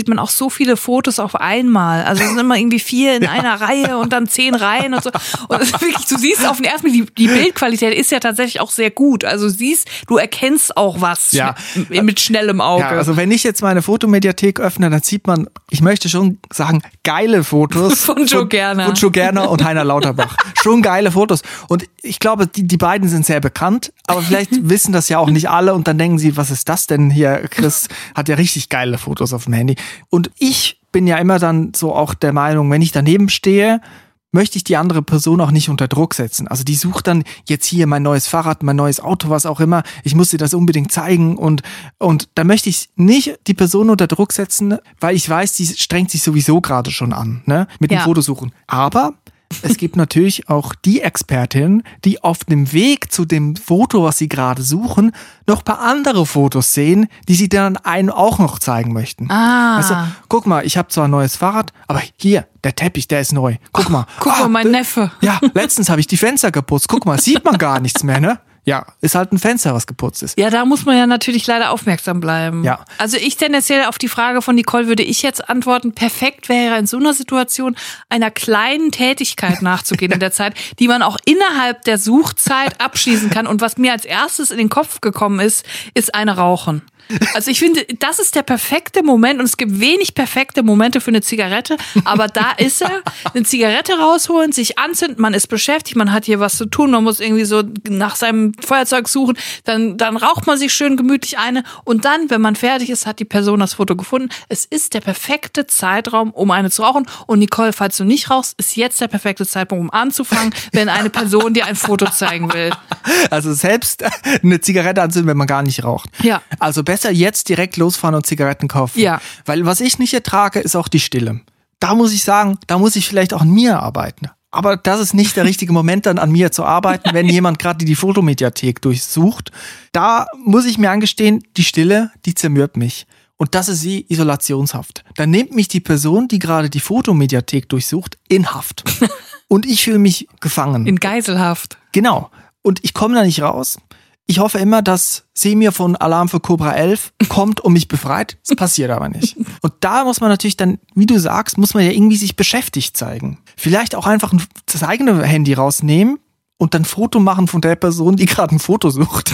sieht man auch so viele Fotos auf einmal. Also es sind immer irgendwie vier in ja. einer Reihe und dann zehn Reihen und so. Und das ist wirklich, du siehst auf den ersten Blick, die, die Bildqualität ist ja tatsächlich auch sehr gut. Also siehst, du erkennst auch was ja. mit, mit schnellem Auge. Ja, also wenn ich jetzt meine Fotomediathek öffne, dann sieht man, ich möchte schon sagen, geile Fotos. Von Joe Gerner. Von Joe Gerner und Heiner Lauterbach. Schon geile Fotos. Und ich glaube, die, die beiden sind sehr bekannt, aber vielleicht wissen das ja auch nicht alle und dann denken sie, was ist das denn hier? Chris hat ja richtig geile Fotos auf dem Handy. Und ich bin ja immer dann so auch der Meinung, wenn ich daneben stehe, möchte ich die andere Person auch nicht unter Druck setzen. Also die sucht dann jetzt hier mein neues Fahrrad, mein neues Auto, was auch immer. Ich muss dir das unbedingt zeigen und und da möchte ich nicht die Person unter Druck setzen, weil ich weiß, die strengt sich sowieso gerade schon an, ne, mit dem ja. Fotosuchen. Aber es gibt natürlich auch die Expertin, die auf dem Weg zu dem Foto, was sie gerade suchen, noch ein paar andere Fotos sehen, die sie dann einem auch noch zeigen möchten. Ah. Also, guck mal, ich habe zwar ein neues Fahrrad, aber hier, der Teppich, der ist neu. Guck mal. Guck mal, ah, mein Neffe. Ja, letztens habe ich die Fenster geputzt. Guck mal, sieht man gar nichts mehr, ne? Ja, ist halt ein Fenster, was geputzt ist. Ja, da muss man ja natürlich leider aufmerksam bleiben. Ja. Also ich tendenziell auf die Frage von Nicole würde ich jetzt antworten, perfekt wäre in so einer Situation einer kleinen Tätigkeit nachzugehen in der Zeit, die man auch innerhalb der Suchzeit abschließen kann. Und was mir als erstes in den Kopf gekommen ist, ist eine Rauchen. Also ich finde, das ist der perfekte Moment und es gibt wenig perfekte Momente für eine Zigarette, aber da ist er, eine Zigarette rausholen, sich anzünden, man ist beschäftigt, man hat hier was zu tun, man muss irgendwie so nach seinem Feuerzeug suchen, dann, dann raucht man sich schön gemütlich eine und dann, wenn man fertig ist, hat die Person das Foto gefunden. Es ist der perfekte Zeitraum, um eine zu rauchen und Nicole, falls du nicht rauchst, ist jetzt der perfekte Zeitpunkt, um anzufangen, wenn eine Person dir ein Foto zeigen will. Also selbst eine Zigarette anzünden, wenn man gar nicht raucht. Ja. Also besser jetzt direkt losfahren und Zigaretten kaufen. Ja. Weil was ich nicht ertrage, ist auch die Stille. Da muss ich sagen, da muss ich vielleicht auch an mir arbeiten. Aber das ist nicht der richtige Moment, dann an mir zu arbeiten, wenn jemand gerade die Fotomediathek durchsucht. Da muss ich mir angestehen, die Stille, die zermürbt mich. Und das ist sie Isolationshaft. Dann nimmt mich die Person, die gerade die Fotomediathek durchsucht, in Haft. Und ich fühle mich gefangen. In Geiselhaft. Genau. Und ich komme da nicht raus. Ich hoffe immer, dass Semir von Alarm für Cobra elf kommt und mich befreit. Das passiert aber nicht. Und da muss man natürlich dann, wie du sagst, muss man ja irgendwie sich beschäftigt zeigen. Vielleicht auch einfach das eigene Handy rausnehmen und dann ein Foto machen von der Person, die gerade ein Foto sucht.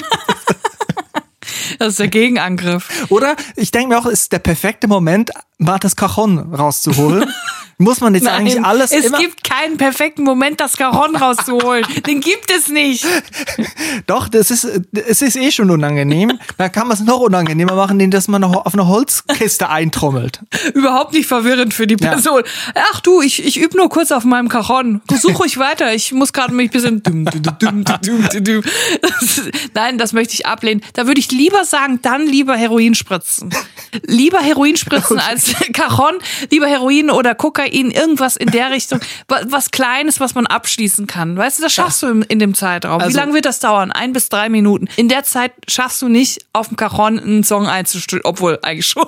Das ist der Gegenangriff. Oder ich denke mir auch, es ist der perfekte Moment, mal das Cajon rauszuholen. Muss man jetzt Nein, eigentlich alles es immer... Es gibt keinen perfekten Moment, das Cajon rauszuholen. Den gibt es nicht. Doch, das ist, es ist eh schon unangenehm. Dann kann man es noch unangenehmer machen, indem dass man auf eine Holzkiste eintrommelt. Überhaupt nicht verwirrend für die Person. Ja. Ach du, ich, ich übe nur kurz auf meinem Cajon. Such ruhig weiter. Ich muss gerade mich ein bisschen... Dum, dum, dum, dum, dum, dum. Das, nein, das möchte ich ablehnen. Da würde ich lieber sagen, dann lieber Heroin spritzen. Lieber Heroin spritzen als Cajon. Lieber Heroin oder Kokain, irgendwas in der Richtung. Was Kleines, was man abschließen kann. Weißt du, das schaffst du in dem Zeitraum. Also, wie lange wird das dauern? Ein bis drei Minuten. In der Zeit schaffst du nicht, auf dem Cajon einen Song einzustellen. Obwohl, eigentlich schon.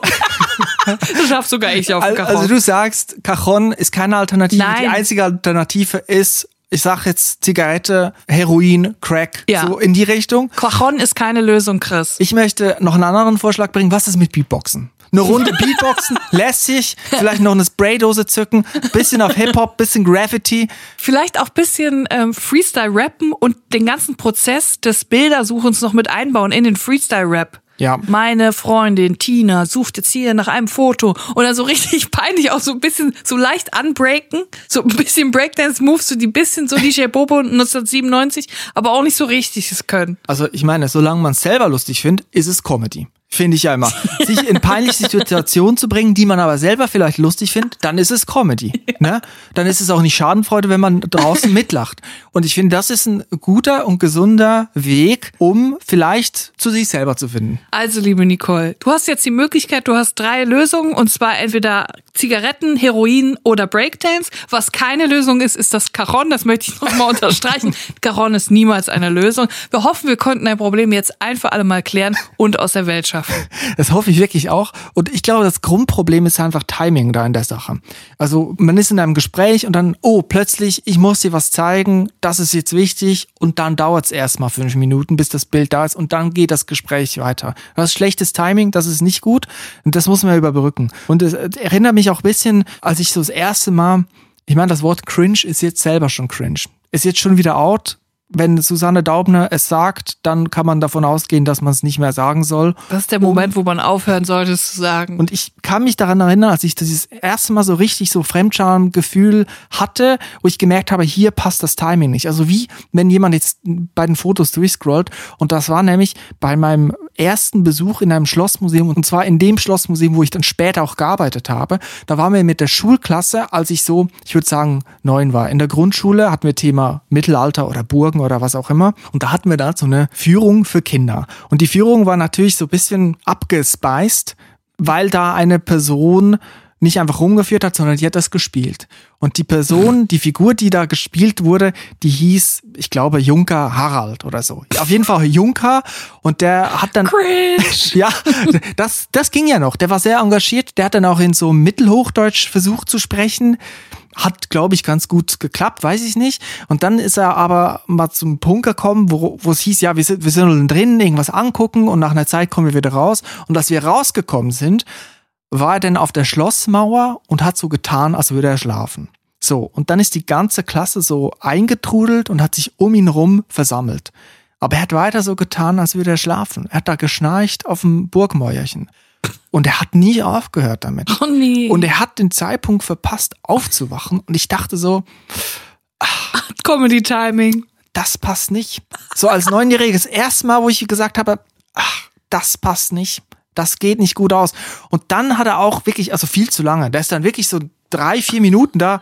Das schaffst sogar ich auf dem Cajon. Also du sagst, Cajon ist keine Alternative. Nein. Die einzige Alternative ist, ich sag jetzt Zigarette, Heroin, Crack, ja. so in die Richtung. Cajon ist keine Lösung, Chris. Ich möchte noch einen anderen Vorschlag bringen. Was ist mit Beatboxen? Eine Runde Beatboxen, lässig, vielleicht noch eine Spraydose zücken, bisschen auf Hip-Hop, bisschen Graffiti. Vielleicht auch bisschen ähm, Freestyle-Rappen und den ganzen Prozess des Bildersuchens noch mit einbauen in den Freestyle-Rap. Ja. Meine Freundin Tina sucht jetzt hier nach einem Foto und dann so richtig peinlich auch so ein bisschen so leicht unbreaken, so ein bisschen Breakdance-Moves, so die bisschen so D J Bobo neunzehnhundertsiebenundneunzig, aber auch nicht so richtig es können. Also ich meine, solange man es selber lustig findet, ist es Comedy. Finde ich ja immer. Sich in peinliche Situationen zu bringen, die man aber selber vielleicht lustig findet, dann ist es Comedy. Ne? Dann ist es auch nicht Schadenfreude, wenn man draußen mitlacht. Und ich finde, das ist ein guter und gesunder Weg, um vielleicht zu sich selber zu finden. Also, liebe Nicole, du hast jetzt die Möglichkeit, du hast drei Lösungen und zwar entweder Zigaretten, Heroin oder Breakdance. Was keine Lösung ist, ist das Cajon. Das möchte ich nochmal unterstreichen. Cajon ist niemals eine Lösung. Wir hoffen, wir konnten dein Problem jetzt ein für alle Mal klären und aus der Welt schaffen. schaffen. Das hoffe ich wirklich auch. Und ich glaube, das Grundproblem ist einfach Timing da in der Sache. Also man ist in einem Gespräch und dann, oh, plötzlich, ich muss dir was zeigen, das ist jetzt wichtig und dann dauert es erstmal fünf Minuten, bis das Bild da ist und dann geht das Gespräch weiter. Das ist schlechtes Timing, das ist nicht gut und das muss man überbrücken. Und es erinnert mich auch ein bisschen, als ich so das erste Mal, ich meine, das Wort cringe ist jetzt selber schon cringe. Ist jetzt schon wieder out. Wenn Susanne Daubner es sagt, dann kann man davon ausgehen, dass man es nicht mehr sagen soll. Das ist der Moment, wo man aufhören sollte, es zu sagen. Und ich kann mich daran erinnern, als ich das erste Mal so richtig so Fremdscham-Gefühl hatte, wo ich gemerkt habe, hier passt das Timing nicht. Also wie, wenn jemand jetzt bei den Fotos durchscrollt. Und das war nämlich bei meinem ersten Besuch in einem Schlossmuseum, und zwar in dem Schlossmuseum, wo ich dann später auch gearbeitet habe. Da waren wir mit der Schulklasse, als ich so, ich würde sagen, neun war. In der Grundschule hatten wir Thema Mittelalter oder Burgen oder was auch immer. Und da hatten wir da so eine Führung für Kinder. Und die Führung war natürlich so ein bisschen abgespeist, weil da eine Person nicht einfach rumgeführt hat, sondern die hat das gespielt. Und die Person, die Figur, die da gespielt wurde, die hieß, ich glaube, Junker Harald oder so. Auf jeden Fall Junker. Und der hat dann... Cringe. Ja, das, das ging ja noch. Der war sehr engagiert. Der hat dann auch in so Mittelhochdeutsch versucht zu sprechen. Hat, glaube ich, ganz gut geklappt, weiß ich nicht. Und dann ist er aber mal zum Punkt gekommen, wo, wo es hieß, ja, wir sind, wir sind drin, irgendwas angucken und nach einer Zeit kommen wir wieder raus. Und als wir rausgekommen sind, war er denn auf der Schlossmauer und hat so getan, als würde er schlafen. So, und dann ist die ganze Klasse so eingetrudelt und hat sich um ihn rum versammelt. Aber er hat weiter so getan, als würde er schlafen. Er hat da geschnarcht auf dem Burgmäuerchen. Und er hat nie aufgehört damit. Oh nee. Und er hat den Zeitpunkt verpasst, aufzuwachen. Und ich dachte so, ach, Comedy-Timing. Das passt nicht. So als Neunjähriges erste Mal, wo ich gesagt habe, ach, das passt nicht. Das geht nicht gut aus. Und dann hat er auch wirklich, also viel zu lange. Der ist dann wirklich so drei, vier Minuten da.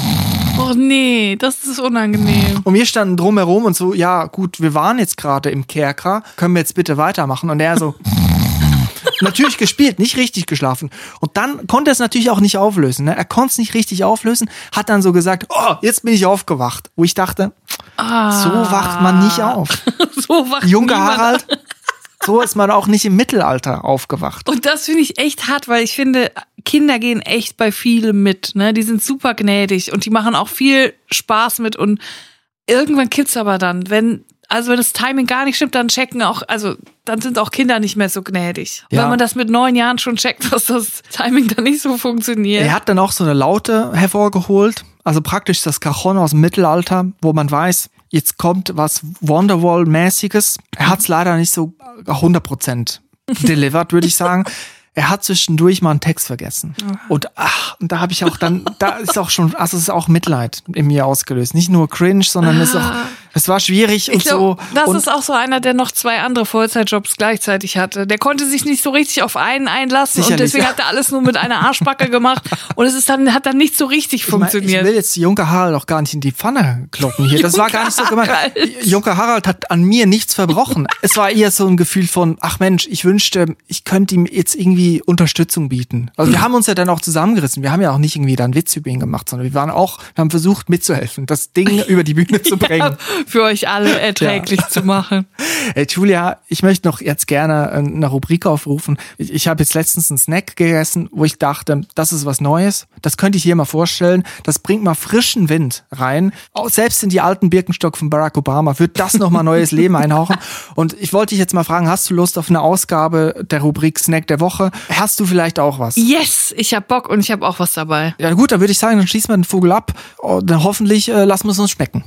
Oh nee, das ist unangenehm. Und wir standen drumherum und so, ja gut, wir waren jetzt gerade im Kerker, können wir jetzt bitte weitermachen? Und er so, natürlich gespielt, nicht richtig geschlafen. Und dann konnte er es natürlich auch nicht auflösen. Ne? Er konnte es nicht richtig auflösen, hat dann so gesagt, oh, jetzt bin ich aufgewacht. Wo ich dachte, ah. so wacht man nicht auf. So wacht Junge Harald, so ist man auch nicht im Mittelalter aufgewacht. Und das finde ich echt hart, weil ich finde, Kinder gehen echt bei vielem mit. Ne? Die sind super gnädig und die machen auch viel Spaß mit. Und irgendwann kippt's aber dann, wenn also wenn das Timing gar nicht stimmt, dann checken auch, also dann sind auch Kinder nicht mehr so gnädig. Ja. Wenn man das mit neun Jahren schon checkt, dass das Timing dann nicht so funktioniert. Er hat dann auch so eine Laute hervorgeholt, also praktisch das Cajon aus dem Mittelalter, wo man weiß, jetzt kommt was Wonderwall-mäßiges. Er hat es leider nicht so hundert Prozent delivered, würde ich sagen. Er hat zwischendurch mal einen Text vergessen. Und ach, und da habe ich auch dann, da ist auch schon, also es ist auch Mitleid in mir ausgelöst. Nicht nur cringe, sondern es ist auch, es war schwierig und ich glaub, so. Das und ist auch so einer, der noch zwei andere Vollzeitjobs gleichzeitig hatte. Der konnte sich nicht so richtig auf einen einlassen Sicherlich, und deswegen ja. hat er alles nur mit einer Arschbacke gemacht und es ist dann, hat dann nicht so richtig funktioniert. Ich, mein, ich will jetzt Junker Harald auch gar nicht in die Pfanne kloppen hier. Das war gar nicht so gemeint. Junker Harald hat an mir nichts verbrochen. Es war eher so ein Gefühl von, ach Mensch, ich wünschte, ich könnte ihm jetzt irgendwie Unterstützung bieten. Also wir haben uns ja dann auch zusammengerissen. Wir haben ja auch nicht irgendwie da einen Witz über ihn gemacht, sondern wir waren auch, wir haben versucht mitzuhelfen, das Ding über die Bühne zu bringen. Ja, für euch alle erträglich ja. zu machen. Hey Julia, ich möchte noch jetzt gerne eine Rubrik aufrufen. Ich, ich habe jetzt letztens einen Snack gegessen, wo ich dachte, das ist was Neues. Das könnte ich hier mal vorstellen. Das bringt mal frischen Wind rein. Auch selbst in die alten Birkenstock von Barack Obama wird das nochmal neues Leben einhauchen. Und ich wollte dich jetzt mal fragen, hast du Lust auf eine Ausgabe der Rubrik Snack der Woche? Hast du vielleicht auch was? Yes, ich hab Bock und ich habe auch was dabei. Ja gut, dann würde ich sagen, dann schießen wir den Vogel ab. Und dann hoffentlich äh, lassen wir es uns schmecken.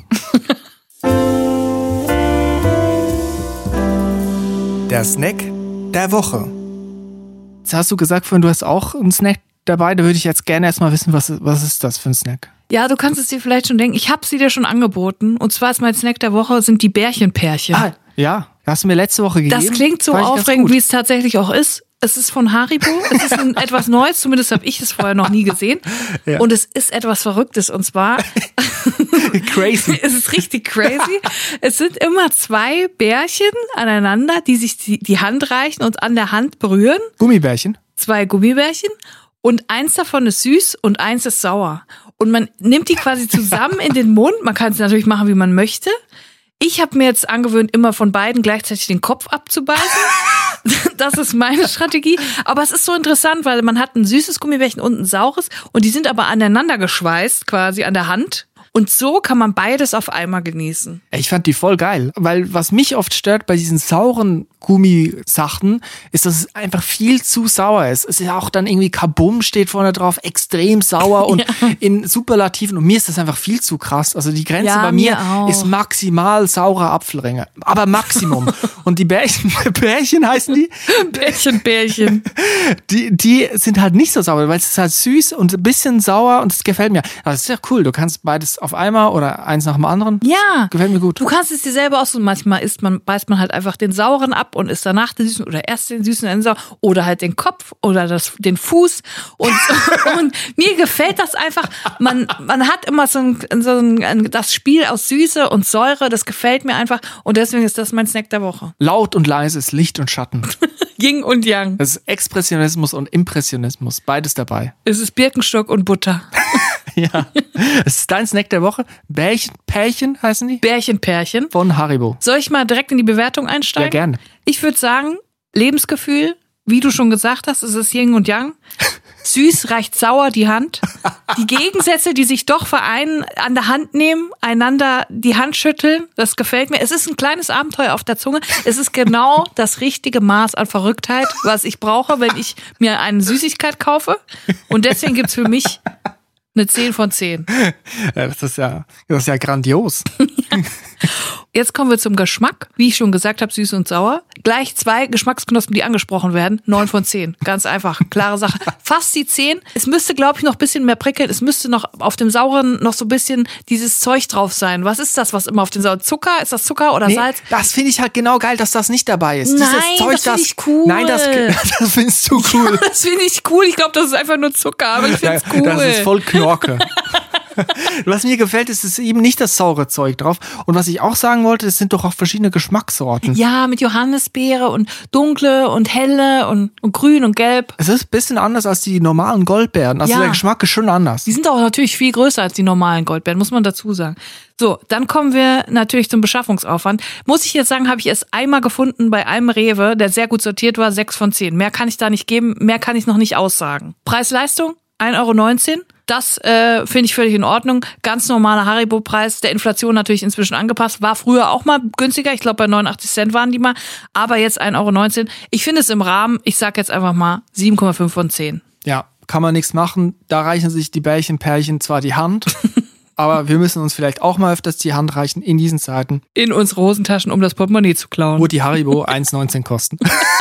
Der Snack der Woche. Jetzt hast du gesagt, vorhin, du hast auch einen Snack dabei. Da würde ich jetzt gerne erstmal wissen, was, was ist das für ein Snack? Ja, du kannst es dir vielleicht schon denken. Ich habe sie dir schon angeboten. Und zwar ist mein Snack der Woche, sind die Bärchenpärchen. Ah, ja, hast du mir letzte Woche gegeben. Das klingt so aufregend, wie es tatsächlich auch ist. Es ist von Haribo. Es ist ein etwas Neues, zumindest habe ich es vorher noch nie gesehen. Ja. Und es ist etwas Verrücktes. Und zwar crazy. Es ist richtig crazy. Es sind immer zwei Bärchen aneinander, die sich die, die Hand reichen und an der Hand berühren. Gummibärchen? Zwei Gummibärchen. Und eins davon ist süß und eins ist sauer. Und man nimmt die quasi zusammen in den Mund. Man kann es natürlich machen, wie man möchte. Ich habe mir jetzt angewöhnt, immer von beiden gleichzeitig den Kopf abzubeißen. Das ist meine Strategie. Aber es ist so interessant, weil man hat ein süßes Gummibärchen und ein saures und die sind aber aneinander geschweißt, quasi an der Hand. Und so kann man beides auf einmal genießen. Ich fand die voll geil, weil was mich oft stört bei diesen sauren Gummisachen, ist, dass es einfach viel zu sauer ist. Es ist ja auch dann irgendwie Kabum steht vorne drauf, extrem sauer und ja. in Superlativen. Und mir ist das einfach viel zu krass. Also die Grenze ja, bei mir, mir ist maximal saurer Apfelringe. Aber Maximum. Und die Bärchen, Bärchen heißen die? Bärchen, Bärchen. Die, die sind halt nicht so sauer, weil es ist halt süß und ein bisschen sauer und es gefällt mir. Aber es ist ja cool, du kannst beides auf einmal oder eins nach dem anderen. Ja. Gefällt mir gut. Du kannst es dir selber aussuchen. Manchmal isst man, beißt man halt einfach den sauren ab und isst danach den süßen oder erst den süßen, dann sauren oder halt den Kopf oder das, den Fuß. Und, und mir gefällt das einfach. Man, man hat immer so ein, so ein, das Spiel aus Süße und Säure, das gefällt mir einfach und deswegen ist das mein Snack der Woche. Laut und leise ist Licht und Schatten. Yin und Yang. Das ist Expressionismus und Impressionismus. Beides dabei. Es ist Birkenstock und Butter. Ja. Es ist dein Snack der Woche. Bärchen, Pärchen heißen die? Bärchen, Pärchen. Von Haribo. Soll ich mal direkt in die Bewertung einsteigen? Ja, gerne. Ich würde sagen, Lebensgefühl, wie du schon gesagt hast, es ist Yin und Yang. Süß reicht sauer die Hand. Die Gegensätze, die sich doch vereinen, an der Hand nehmen, einander die Hand schütteln, das gefällt mir. Es ist ein kleines Abenteuer auf der Zunge. Es ist genau das richtige Maß an Verrücktheit, was ich brauche, wenn ich mir eine Süßigkeit kaufe. Und deswegen gibt's für mich eine zehn von zehn. Ja, das ist ja, das ist ja grandios. Jetzt kommen wir zum Geschmack. Wie ich schon gesagt habe, süß und sauer. Gleich zwei Geschmacksknospen, die angesprochen werden. neun von zehn. Ganz einfach. Klare Sache. Fast die zehn. Es müsste, glaube ich, noch ein bisschen mehr prickeln. Es müsste noch auf dem Sauren noch so ein bisschen dieses Zeug drauf sein. Was ist das, was immer auf dem Sauren? Zucker? Ist das Zucker oder nee, Salz? Das finde ich halt genau geil, dass das nicht dabei ist. Nein, Dieses Zeug, das finde ich cool. Nein, das, das findest du cool. Ja, das finde ich cool. Ich glaube, das ist einfach nur Zucker, aber ich finde es cool. Das ist voll Knorke. Was mir gefällt, ist, es eben nicht das saure Zeug drauf. Und was ich auch sagen wollte, es sind doch auch verschiedene Geschmackssorten. Ja, mit Johannisbeere und dunkle und helle und, und grün und gelb. Es ist ein bisschen anders als die normalen Goldbeeren. Also ja. Der Geschmack ist schon anders. Die sind auch natürlich viel größer als die normalen Goldbeeren, muss man dazu sagen. So, dann kommen wir natürlich zum Beschaffungsaufwand. Muss ich jetzt sagen, habe ich es einmal gefunden bei einem Rewe, der sehr gut sortiert war, sechs von zehn. Mehr kann ich da nicht geben, mehr kann ich noch nicht aussagen. Preis-Leistung, ein Euro neunzehn. Das äh, finde ich völlig in Ordnung. Ganz normaler Haribo-Preis, der Inflation natürlich inzwischen angepasst. War früher auch mal günstiger. Ich glaube, bei neunundachtzig Cent waren die mal. Aber jetzt ein Euro neunzehn. Ich finde es im Rahmen. Ich sag jetzt einfach mal sieben Komma fünf von zehn. Ja, kann man nichts machen. Da reichen sich die Bärchen, Pärchen zwar die Hand, aber wir müssen uns vielleicht auch mal öfters die Hand reichen in diesen Zeiten. In unsere Hosentaschen, um das Portemonnaie zu klauen. Wo die Haribo eins neunzehn kosten.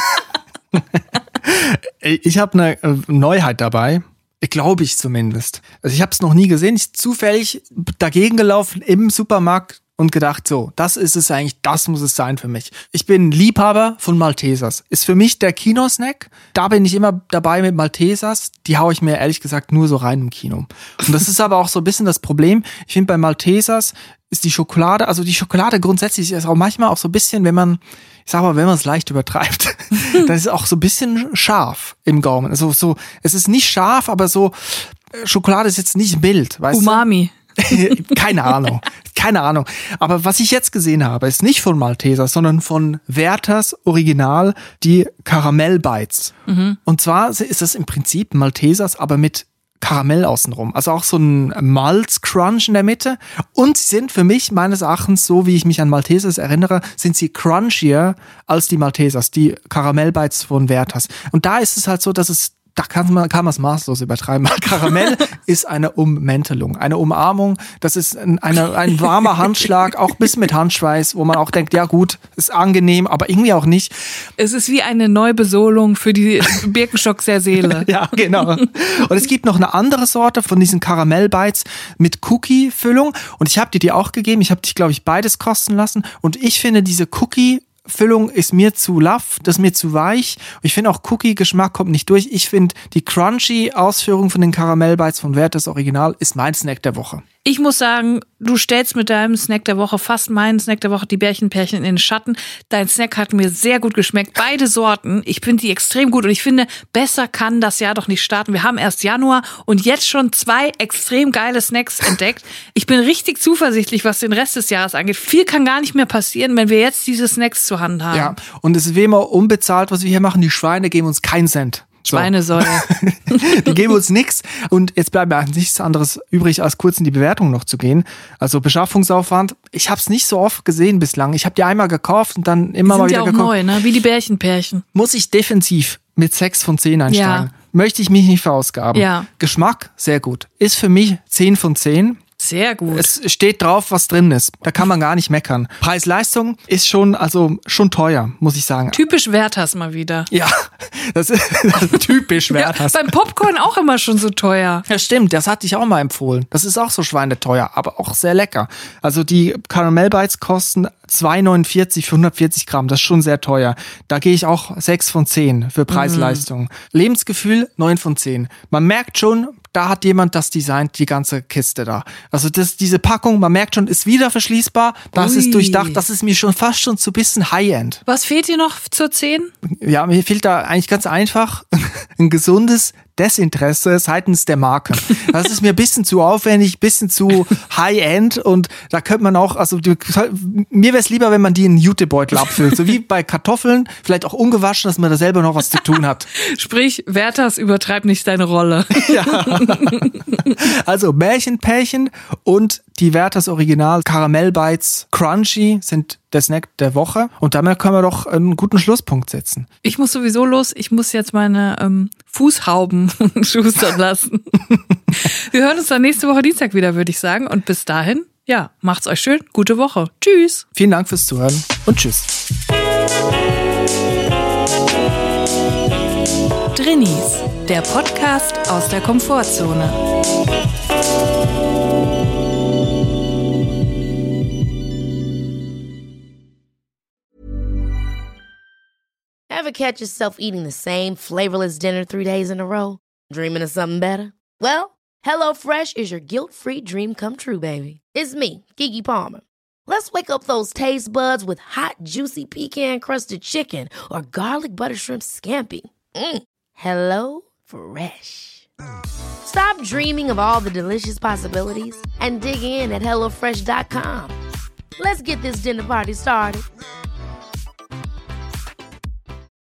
Ich habe eine Neuheit dabei. Glaube ich zumindest. Also ich habe es noch nie gesehen. Ich bin zufällig dagegen gelaufen im Supermarkt und gedacht, so, das ist es eigentlich, das muss es sein für mich. Ich bin Liebhaber von Maltesers. Ist für mich der Kinosnack. Da bin ich immer dabei mit Maltesers. Die haue ich mir ehrlich gesagt nur so rein im Kino. Und das ist aber auch so ein bisschen das Problem. Ich finde bei Maltesers ist die Schokolade, also die Schokolade grundsätzlich ist auch manchmal auch so ein bisschen, wenn man, ich sag mal, wenn man es leicht übertreibt, dann ist es auch so ein bisschen scharf im Gaumen. Also so, es ist nicht scharf, aber so, Schokolade ist jetzt nicht mild, weißt Umami. du? Keine Ahnung. Keine Ahnung. Aber was ich jetzt gesehen habe, ist nicht von Maltesers, sondern von Werthers Original, die Karamell-Bites. Mhm. Und zwar ist das im Prinzip Maltesers, aber mit Karamell außenrum. Also auch so ein Malz-Crunch in der Mitte. Und sie sind für mich meines Erachtens, so wie ich mich an Maltesers erinnere, sind sie crunchier als die Maltesers, die Karamell-Bites von Werthers. Und da ist es halt so, dass es Da kann man kann man es maßlos übertreiben. Karamell ist eine Ummäntelung, eine Umarmung. Das ist ein, eine, ein warmer Handschlag, auch bis mit Handschweiß, wo man auch denkt, ja gut, ist angenehm, aber irgendwie auch nicht. Es ist wie eine Neubesolung für die Birkenstockser Seele. Ja, genau. Und es gibt noch eine andere Sorte von diesen Karamell-Bites mit Cookie-Füllung. Und ich habe dir die auch gegeben. Ich habe dich, glaube ich, beides kosten lassen. Und ich finde diese Cookie Füllung ist mir zu laff, das ist mir zu weich. Ich finde auch Cookie-Geschmack kommt nicht durch. Ich finde die crunchy Ausführung von den Karamell-Bites von Werthers Original ist mein Snack der Woche. Ich muss sagen, du stellst mit deinem Snack der Woche fast meinen Snack der Woche, die Bärchenpärchen, in den Schatten. Dein Snack hat mir sehr gut geschmeckt. Beide Sorten. Ich finde die extrem gut und ich finde, besser kann das Jahr doch nicht starten. Wir haben erst Januar und jetzt schon zwei extrem geile Snacks entdeckt. Ich bin richtig zuversichtlich, was den Rest des Jahres angeht. Viel kann gar nicht mehr passieren, wenn wir jetzt diese Snacks zur Hand haben. Ja, und es ist wie immer unbezahlt, was wir hier machen. Die Schweine geben uns keinen Cent. So. Schweinesäule. Die geben uns nichts. Und jetzt bleibt mir eigentlich nichts anderes übrig, als kurz in die Bewertung noch zu gehen. Also Beschaffungsaufwand. Ich habe es nicht so oft gesehen bislang. Ich habe die einmal gekauft und dann immer die mal wieder sind ja auch gekauft. neu, ne? Wie die Bärchenpärchen. Muss ich defensiv mit sechs von zehn einsteigen. Ja. Möchte ich mich nicht verausgaben. Ja. Geschmack, sehr gut. Ist für mich zehn von zehn. Sehr gut. Es steht drauf, was drin ist. Da kann man gar nicht meckern. Preis-Leistung ist schon, also schon teuer, muss ich sagen. Typisch Werthers mal wieder. Ja, das ist, das ist typisch Werthers. Ja, beim Popcorn auch immer schon so teuer. Ja, stimmt, das hatte ich auch mal empfohlen. Das ist auch so schweineteuer, aber auch sehr lecker. Also die Caramel Bites kosten zwei neunundvierzig für hundertvierzig Gramm. Das ist schon sehr teuer. Da gehe ich auch sechs von zehn für Preis-Leistung. Mhm. Lebensgefühl neun von zehn. Man merkt schon, da hat jemand das designt, die ganze Kiste da. Also das, diese Packung, man merkt schon, ist wieder verschließbar. Das Ui. ist durchdacht. Das ist mir schon fast schon zu bisschen High-End. Was fehlt dir noch zur zehn? Ja, mir fehlt da eigentlich ganz einfach ein gesundes Desinteresse seitens der Marke. Das ist mir ein bisschen zu aufwendig, ein bisschen zu High-End und da könnte man auch, also mir wäre es lieber, wenn man die in einen Jutebeutel abfüllt, so wie bei Kartoffeln, vielleicht auch ungewaschen, dass man da selber noch was zu tun hat. Sprich, Werthers, übertreib nicht deine Rolle. Ja. Also Bärchenpärchen und die Werthers Original Caramel Bites Crunchy sind der Snack der Woche und damit können wir doch einen guten Schlusspunkt setzen. Ich muss sowieso los, ich muss jetzt meine ähm, Fußhauben schustern lassen. Wir hören uns dann nächste Woche Dienstag wieder, würde ich sagen. Und bis dahin, ja, macht's euch schön, gute Woche. Tschüss. Vielen Dank fürs Zuhören und tschüss. Drinnies, der Podcast aus der Komfortzone. Ever catch yourself eating the same flavorless dinner three days in a row? Dreaming of something better? Well, HelloFresh is your guilt-free dream come true, baby. It's me, Keke Palmer. Let's wake up those taste buds with hot, juicy pecan-crusted chicken or garlic butter shrimp scampi. Mm. Hello Fresh. Stop dreaming of all the delicious possibilities and dig in at hello fresh dot com. Let's get this dinner party started.